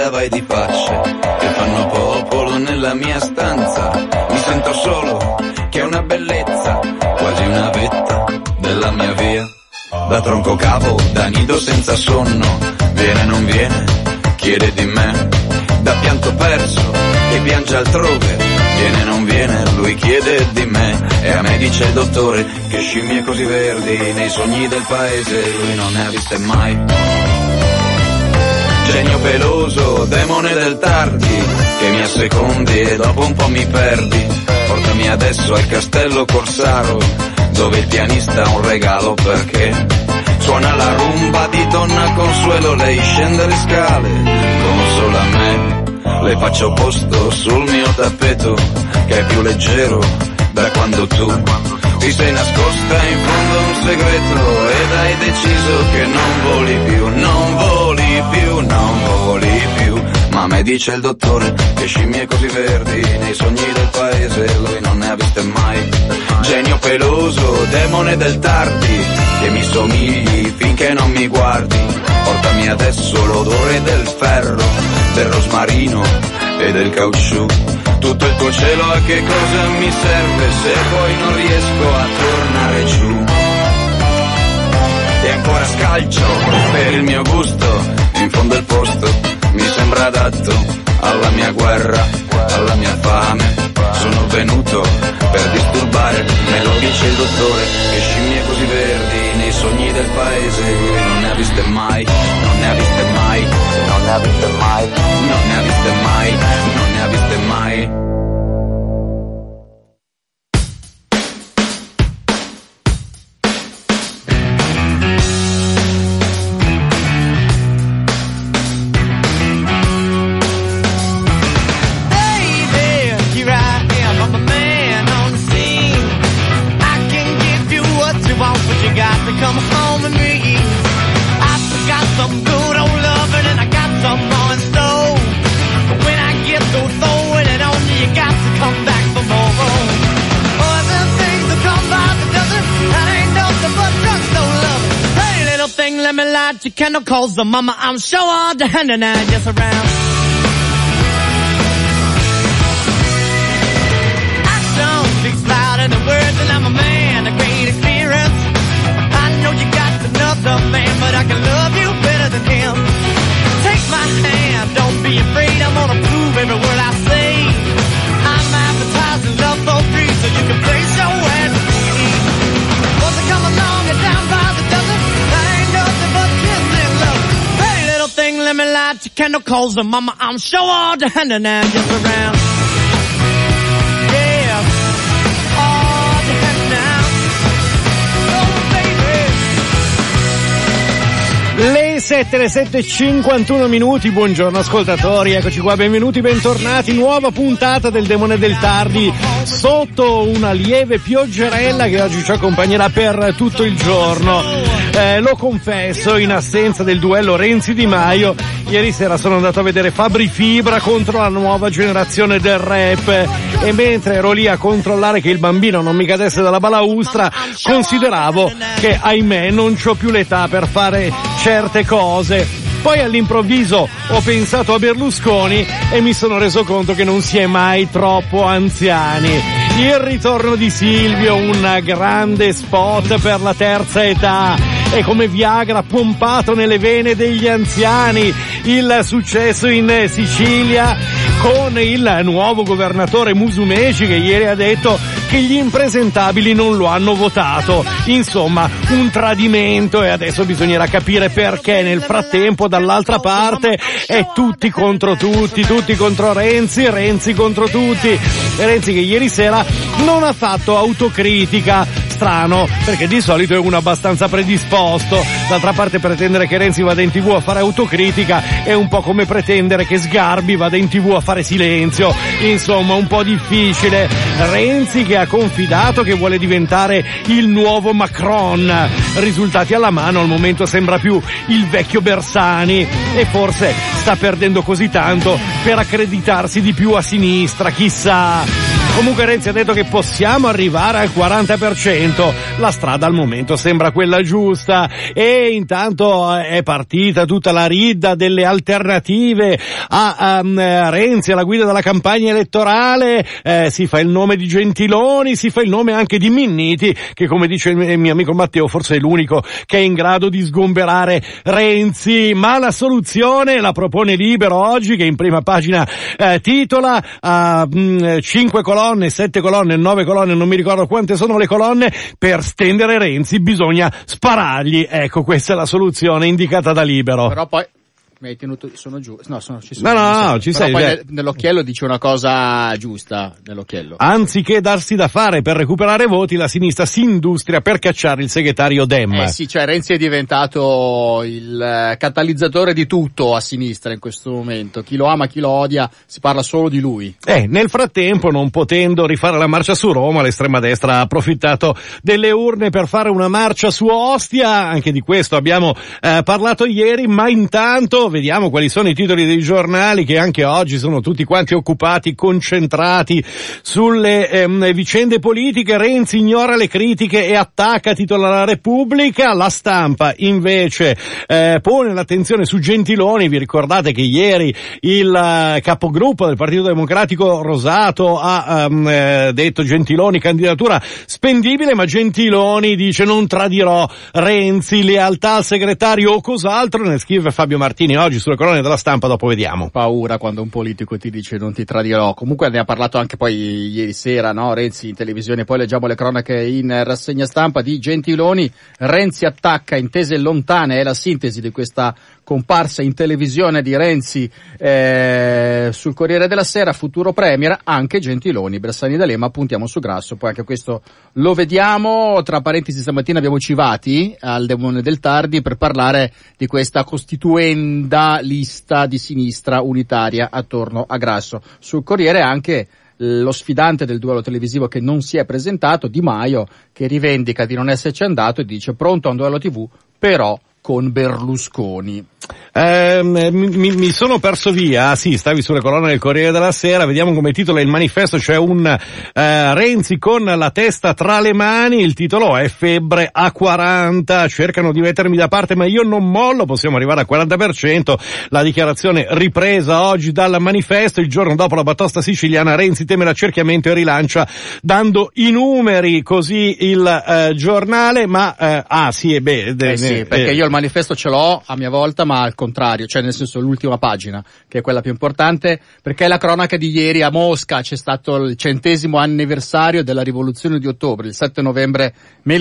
via vai di facce che fanno popolo nella mia stanza. Mi sento solo, che è una bellezza, quasi una vetta della mia via. Da tronco cavo, da nido senza sonno, viene non viene, chiede di me. Da pianto perso, e piange altrove, viene non viene, lui chiede di me. E a me dice il dottore che scimmie così verdi nei sogni del paese lui non ne ha viste mai. Genio peloso, demone del tardi, che mi assecondi e dopo un po' mi perdi. Portami adesso al castello Corsaro, dove il pianista ha un regalo perché suona la rumba di Donna Consuelo. Lei scende le scale come solo a me, le faccio posto sul mio tappeto che è più leggero da quando tu ti sei nascosta in fondo a un segreto ed hai deciso che non voli più, non voli più, non voli più. Ma me dice il dottore che scimmie così verdi nei sogni del paese lui non ne ha viste mai. Genio peloso, demone del tardi, che mi somigli finché non mi guardi. Portami adesso l'odore del ferro, del rosmarino e del caucciù. Tutto il tuo cielo a che cosa mi serve se poi non riesco a tornare giù. E ancora scalcio per il mio gusto, in fondo il posto mi sembra adatto alla mia guerra, alla mia fame. Sono venuto per disturbare, me lo dice il dottore, che scimmie così verdi nei sogni del paese non ne ha viste mai, non ne ha viste mai, non ne ha viste mai, non ne ha viste mai, non ne ha viste mai. Come home and me. I forgot some good old loving and I got some more in store. But when I get through throwing it on you, you got to come back for more. Other things that come by the dozen, that ain't nothing but drugstore love. Hey little thing, let me light your candle, cause the mama I'm sure all the hand and I just around. Action speaks louder than words and I'm a man, a great experience. I know you got another man, but I can love you better than him. Take my hand, don't be afraid, I'm gonna prove every word I say. I'm advertising love for free, so you can place your ads with me. Once I come along and down by the dozen, that ain't nothing but kissing love. Hey little thing, let me light your candle, cause the mama I'm sure all the hand and I'm just around. Yeah, all the hand now. Le 7:51 minuti, buongiorno ascoltatori, eccoci qua, benvenuti, bentornati, nuova puntata del Demone del Tardi sotto una lieve pioggerella che oggi ci accompagnerà per tutto il giorno. Lo confesso, in assenza del duello Renzi-Di Maio, ieri sera sono andato a vedere Fabri Fibra contro la nuova generazione del rap e mentre ero lì a controllare che il bambino non mi cadesse dalla balaustra, consideravo che ahimè non c'ho più l'età per fare certe cose. Poi all'improvviso ho pensato a Berlusconi e mi sono reso conto che non si è mai troppo anziani. Il ritorno di Silvio, un grande spot per la terza età, è come Viagra pompato nelle vene degli anziani. Il successo in Sicilia con il nuovo governatore Musumeci che ieri ha detto che gli impresentabili non lo hanno votato. Insomma, un tradimento, e adesso bisognerà capire perché nel frattempo dall'altra parte è tutti contro tutti, tutti contro Renzi, Renzi contro tutti. Renzi che ieri sera non ha fatto autocritica, strano, perché di solito è uno abbastanza predisposto. D'altra parte pretendere che Renzi vada in TV a fare autocritica è un po' come pretendere che Sgarbi vada in TV a fare silenzio. Insomma, un po' difficile. Renzi che ha confidato che vuole diventare il nuovo Macron. Risultati alla mano, al momento sembra più il vecchio Bersani e forse sta perdendo così tanto per accreditarsi di più a sinistra, chissà. Comunque Renzi ha detto che possiamo arrivare al 40%, la strada al momento sembra quella giusta, e intanto è partita tutta la ridda delle alternative a Renzi alla guida della campagna elettorale. Si fa il nome di Gentiloni, si fa il nome anche di Minniti, che come dice il mio amico Matteo forse è l'unico che è in grado di sgomberare Renzi, ma la soluzione la propone Libero oggi, che in prima pagina titola 5 colonne, 7 colonne, 9 colonne, non mi ricordo quante sono le colonne, per stendere Renzi bisogna sparargli. Ecco, questa è la soluzione indicata da Libero. Però poi mi hai tenuto, sono giù, ci sono. No, ci sei. Poi nell'occhiello dice una cosa giusta, nell'occhiello. Anziché darsi da fare per recuperare voti, la sinistra si industria per cacciare il segretario Dem. Sì, cioè Renzi è diventato il catalizzatore di tutto a sinistra in questo momento. Chi lo ama, chi lo odia, si parla solo di lui. Nel frattempo, non potendo rifare la marcia su Roma, l'estrema destra ha approfittato delle urne per fare una marcia su Ostia. Anche di questo abbiamo parlato ieri, ma intanto vediamo quali sono i titoli dei giornali, che anche oggi sono tutti quanti occupati, concentrati sulle vicende politiche. Renzi ignora le critiche e attacca, titola La Repubblica. La Stampa invece pone l'attenzione su Gentiloni. Vi ricordate che ieri il capogruppo del Partito Democratico Rosato ha detto Gentiloni candidatura spendibile, ma Gentiloni dice non tradirò Renzi, lealtà al segretario o cos'altro. Ne scrive Fabio Martini oggi sulle colonne della Stampa, dopo vediamo. Paura quando un politico ti dice non ti tradirò. Comunque ne ha parlato anche poi ieri sera, no? Renzi in televisione, poi leggiamo le cronache in rassegna stampa di Gentiloni. Renzi attacca, intese lontane, è la sintesi di questa comparsa in televisione di Renzi sul Corriere della Sera. Futuro premier, anche Gentiloni, Bersani D'Alema, puntiamo su Grasso, poi anche questo lo vediamo. Tra parentesi, stamattina abbiamo Civati al Demone del Tardi per parlare di questa costituenda lista di sinistra unitaria attorno a Grasso. Sul Corriere anche lo sfidante del duello televisivo che non si è presentato, Di Maio, che rivendica di non esserci andato e dice pronto a un duello TV, però con Berlusconi. Mi sono perso via. Sì, stavi sulle colonne del Corriere della Sera. Vediamo come titola il manifesto. C'è un Renzi con la testa tra le mani. Il titolo è Febbre a 40. Cercano di mettermi da parte, ma io non mollo. Possiamo arrivare al 40%. La dichiarazione ripresa oggi dal manifesto. Il giorno dopo la batosta siciliana, Renzi teme l'accerchiamento e rilancia dando i numeri. Così il giornale. Ma sì, perché io il manifesto ce l'ho a mia volta, ma al contrario, cioè nel senso l'ultima pagina, che è quella più importante, perché è la cronaca di ieri. A Mosca c'è stato il 100° anniversario della rivoluzione di ottobre, il 7 novembre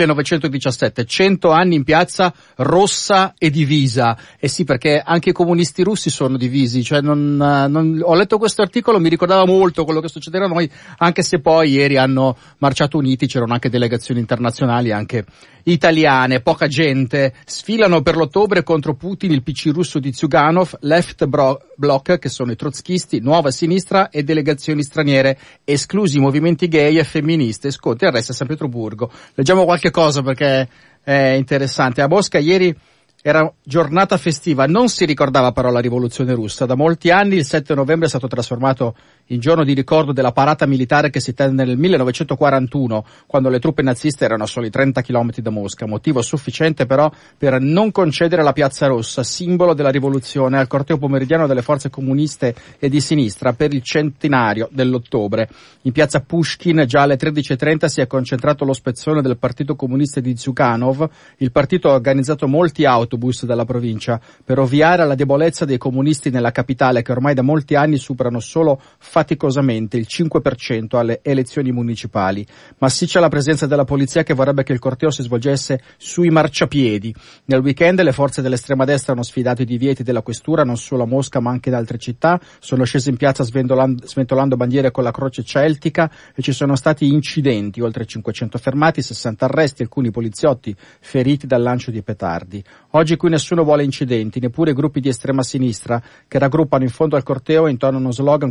1917, 100 anni in piazza rossa e divisa. E sì, perché anche i comunisti russi sono divisi, cioè ho letto questo articolo, mi ricordava molto quello che succedeva a noi, anche se poi ieri hanno marciato uniti, c'erano anche delegazioni internazionali, anche italiane, poca gente. Sfilano per l'ottobre contro Putin il PC russo di Zyuganov, Left Bloc, che sono i trotskisti, Nuova Sinistra e delegazioni straniere, esclusi i movimenti gay e femministe, scontri e arresti a San Pietroburgo. Leggiamo qualche cosa perché è interessante. A Mosca ieri era giornata festiva, non si ricordava però la rivoluzione russa. Da molti anni il 7 novembre è stato trasformato in giorno di ricordo della parata militare che si tenne nel 1941, quando le truppe naziste erano a soli 30 km da Mosca, motivo sufficiente però per non concedere la Piazza Rossa, simbolo della rivoluzione, al corteo pomeridiano delle forze comuniste e di sinistra per il centenario dell'ottobre. In piazza Pushkin già alle 13:30 si è concentrato lo spezzone del Partito Comunista di Zyuganov. Il partito ha organizzato molti autobus dalla provincia per ovviare alla debolezza dei comunisti nella capitale, che ormai da molti anni superano solo faticosamente il 5% alle elezioni municipali. Massiccia la presenza della polizia, che vorrebbe che il corteo si svolgesse sui marciapiedi. Nel weekend le forze dell'estrema destra hanno sfidato i divieti della questura non solo a Mosca ma anche in altre città, sono scese in piazza sventolando bandiere con la croce celtica e ci sono stati incidenti, oltre 500 fermati, 60 arresti, alcuni poliziotti feriti dal lancio di petardi. Oggi qui nessuno vuole incidenti, neppure gruppi di estrema sinistra che raggruppano in fondo al corteo e intonano slogan contro Putin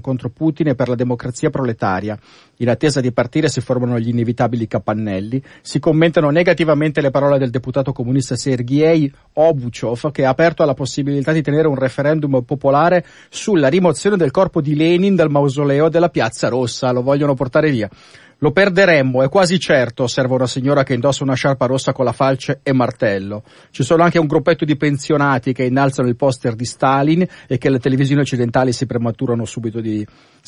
Putin e per la democrazia proletaria. In attesa di partire si formano gli inevitabili capannelli, si commentano negativamente le parole del deputato comunista Sergei Obuchov, che ha aperto alla possibilità di tenere un referendum popolare sulla rimozione del corpo di Lenin dal mausoleo della Piazza Rossa. Lo vogliono portare via. Lo perderemmo, è quasi certo, osserva una signora che indossa una sciarpa rossa con la falce e martello. Ci sono anche un gruppetto di pensionati che innalzano il poster di Stalin e che le televisioni occidentali si premurano subito di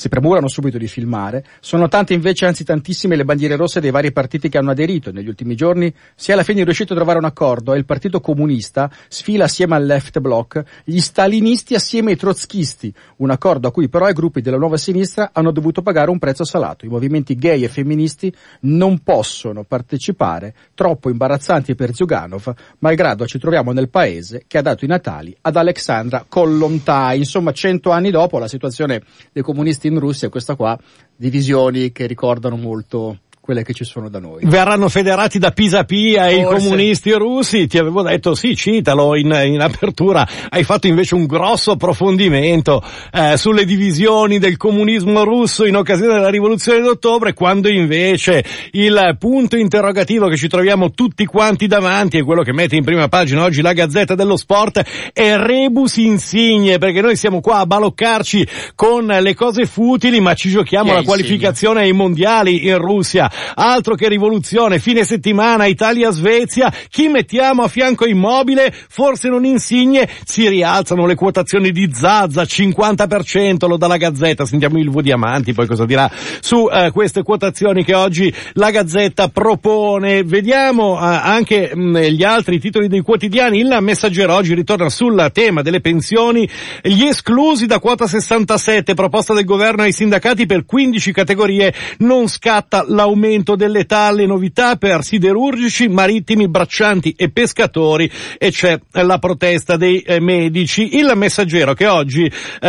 filmare. Sono tante invece, anzi tantissime, le bandiere rosse dei vari partiti che hanno aderito. Negli ultimi giorni si è alla fine riuscito a trovare un accordo e il Partito Comunista sfila assieme al Left Bloc, gli stalinisti assieme ai trotskisti, un accordo a cui però i gruppi della nuova sinistra hanno dovuto pagare un prezzo salato. I movimenti gay e femministi non possono partecipare, troppo imbarazzanti per Ziuganov, malgrado ci troviamo nel paese che ha dato i natali ad Alexandra Kollontai. Insomma, 100 anni dopo la situazione dei comunisti in Russia è questa qua, divisioni che ricordano molto quelle che ci sono da noi. Verranno federati da Pisapia i comunisti russi, ti avevo detto sì, citalo in apertura, hai fatto invece un grosso approfondimento sulle divisioni del comunismo russo in occasione della rivoluzione d'ottobre, quando invece il punto interrogativo che ci troviamo tutti quanti davanti è quello che mette in prima pagina oggi la Gazzetta dello Sport, è rebus insigne, perché noi siamo qua a baloccarci con le cose futili, ma ci giochiamo la qualificazione ai mondiali in Russia. Altro che rivoluzione, fine settimana, Italia-Svezia, chi mettiamo a fianco Immobile? Forse non Insigne, si rialzano le quotazioni di Zaza, 50%, lo dà la Gazzetta, sentiamo Ilvo Diamanti, poi cosa dirà su queste quotazioni che oggi la Gazzetta propone. Vediamo anche gli altri titoli dei quotidiani. Il Messaggero oggi ritorna sul tema delle pensioni, gli esclusi da quota 67, proposta del governo ai sindacati per 15 categorie, non scatta l'aumento dell'età, le novità per siderurgici, marittimi, braccianti e pescatori, e c'è la protesta dei medici. Il Messaggero che oggi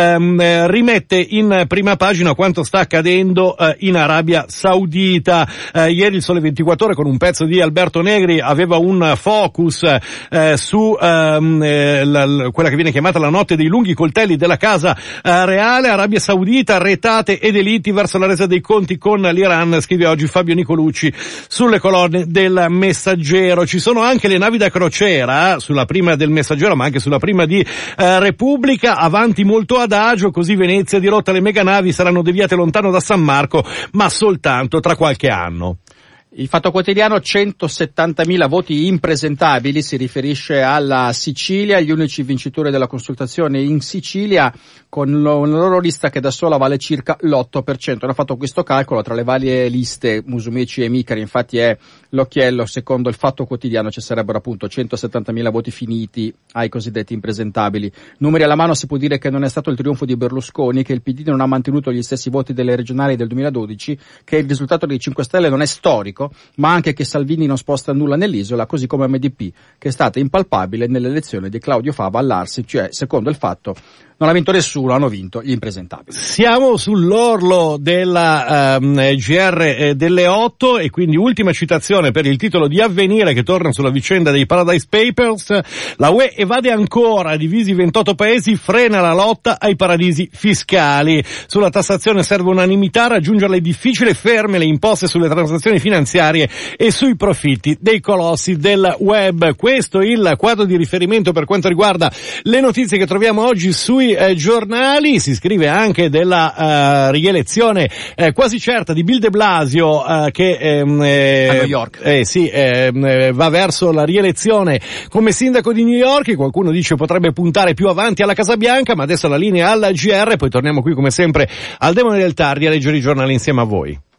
rimette in prima pagina quanto sta accadendo in Arabia Saudita. Ieri il Sole 24 Ore con un pezzo di Alberto Negri aveva un focus su quella che viene chiamata la notte dei lunghi coltelli della casa reale. Arabia Saudita, retate e delitti verso la resa dei conti con l'Iran, scrive oggi Fabio Nicolucci sulle colonne del Messaggero. Ci sono anche le navi da crociera sulla prima del Messaggero, ma anche sulla prima di Repubblica, avanti molto adagio, così Venezia dirotta, le meganavi saranno deviate lontano da San Marco, ma soltanto tra qualche anno. Il Fatto Quotidiano, 170.000 voti impresentabili, si riferisce alla Sicilia, gli unici vincitori della consultazione in Sicilia, con una loro lista che da sola vale circa l'8%. Hanno fatto questo calcolo tra le varie liste, Musumeci e Micari, infatti è l'occhiello, secondo il Fatto Quotidiano ci sarebbero appunto 170.000 voti finiti ai cosiddetti impresentabili. Numeri alla mano si può dire che non è stato il trionfo di Berlusconi, che il PD non ha mantenuto gli stessi voti delle regionali del 2012, che il risultato dei 5 Stelle non è storico, ma anche che Salvini non sposta nulla nell'isola, così come MDP, che è stata impalpabile nell'elezione di Claudio Fava all'Arsi, cioè, secondo il Fatto, non ha vinto nessuno, hanno vinto gli impresentabili. Siamo sull'orlo della GR delle 8 e quindi ultima citazione per il titolo di Avvenire che torna sulla vicenda dei Paradise Papers. La UE evade ancora, divisi 28 paesi, frena la lotta ai paradisi fiscali. Sulla tassazione serve unanimità, raggiungerla è difficile, ferme le imposte sulle transazioni finanziarie e sui profitti dei colossi del web. Questo è il quadro di riferimento per quanto riguarda le notizie che troviamo oggi sui giornali. Si scrive anche della rielezione quasi certa di Bill de Blasio che a New York va verso la rielezione come sindaco di New York. Qualcuno dice potrebbe puntare più avanti alla Casa Bianca, ma adesso la linea alla GR, poi torniamo qui come sempre al Demone del Tardi a leggere i giornali insieme a voi.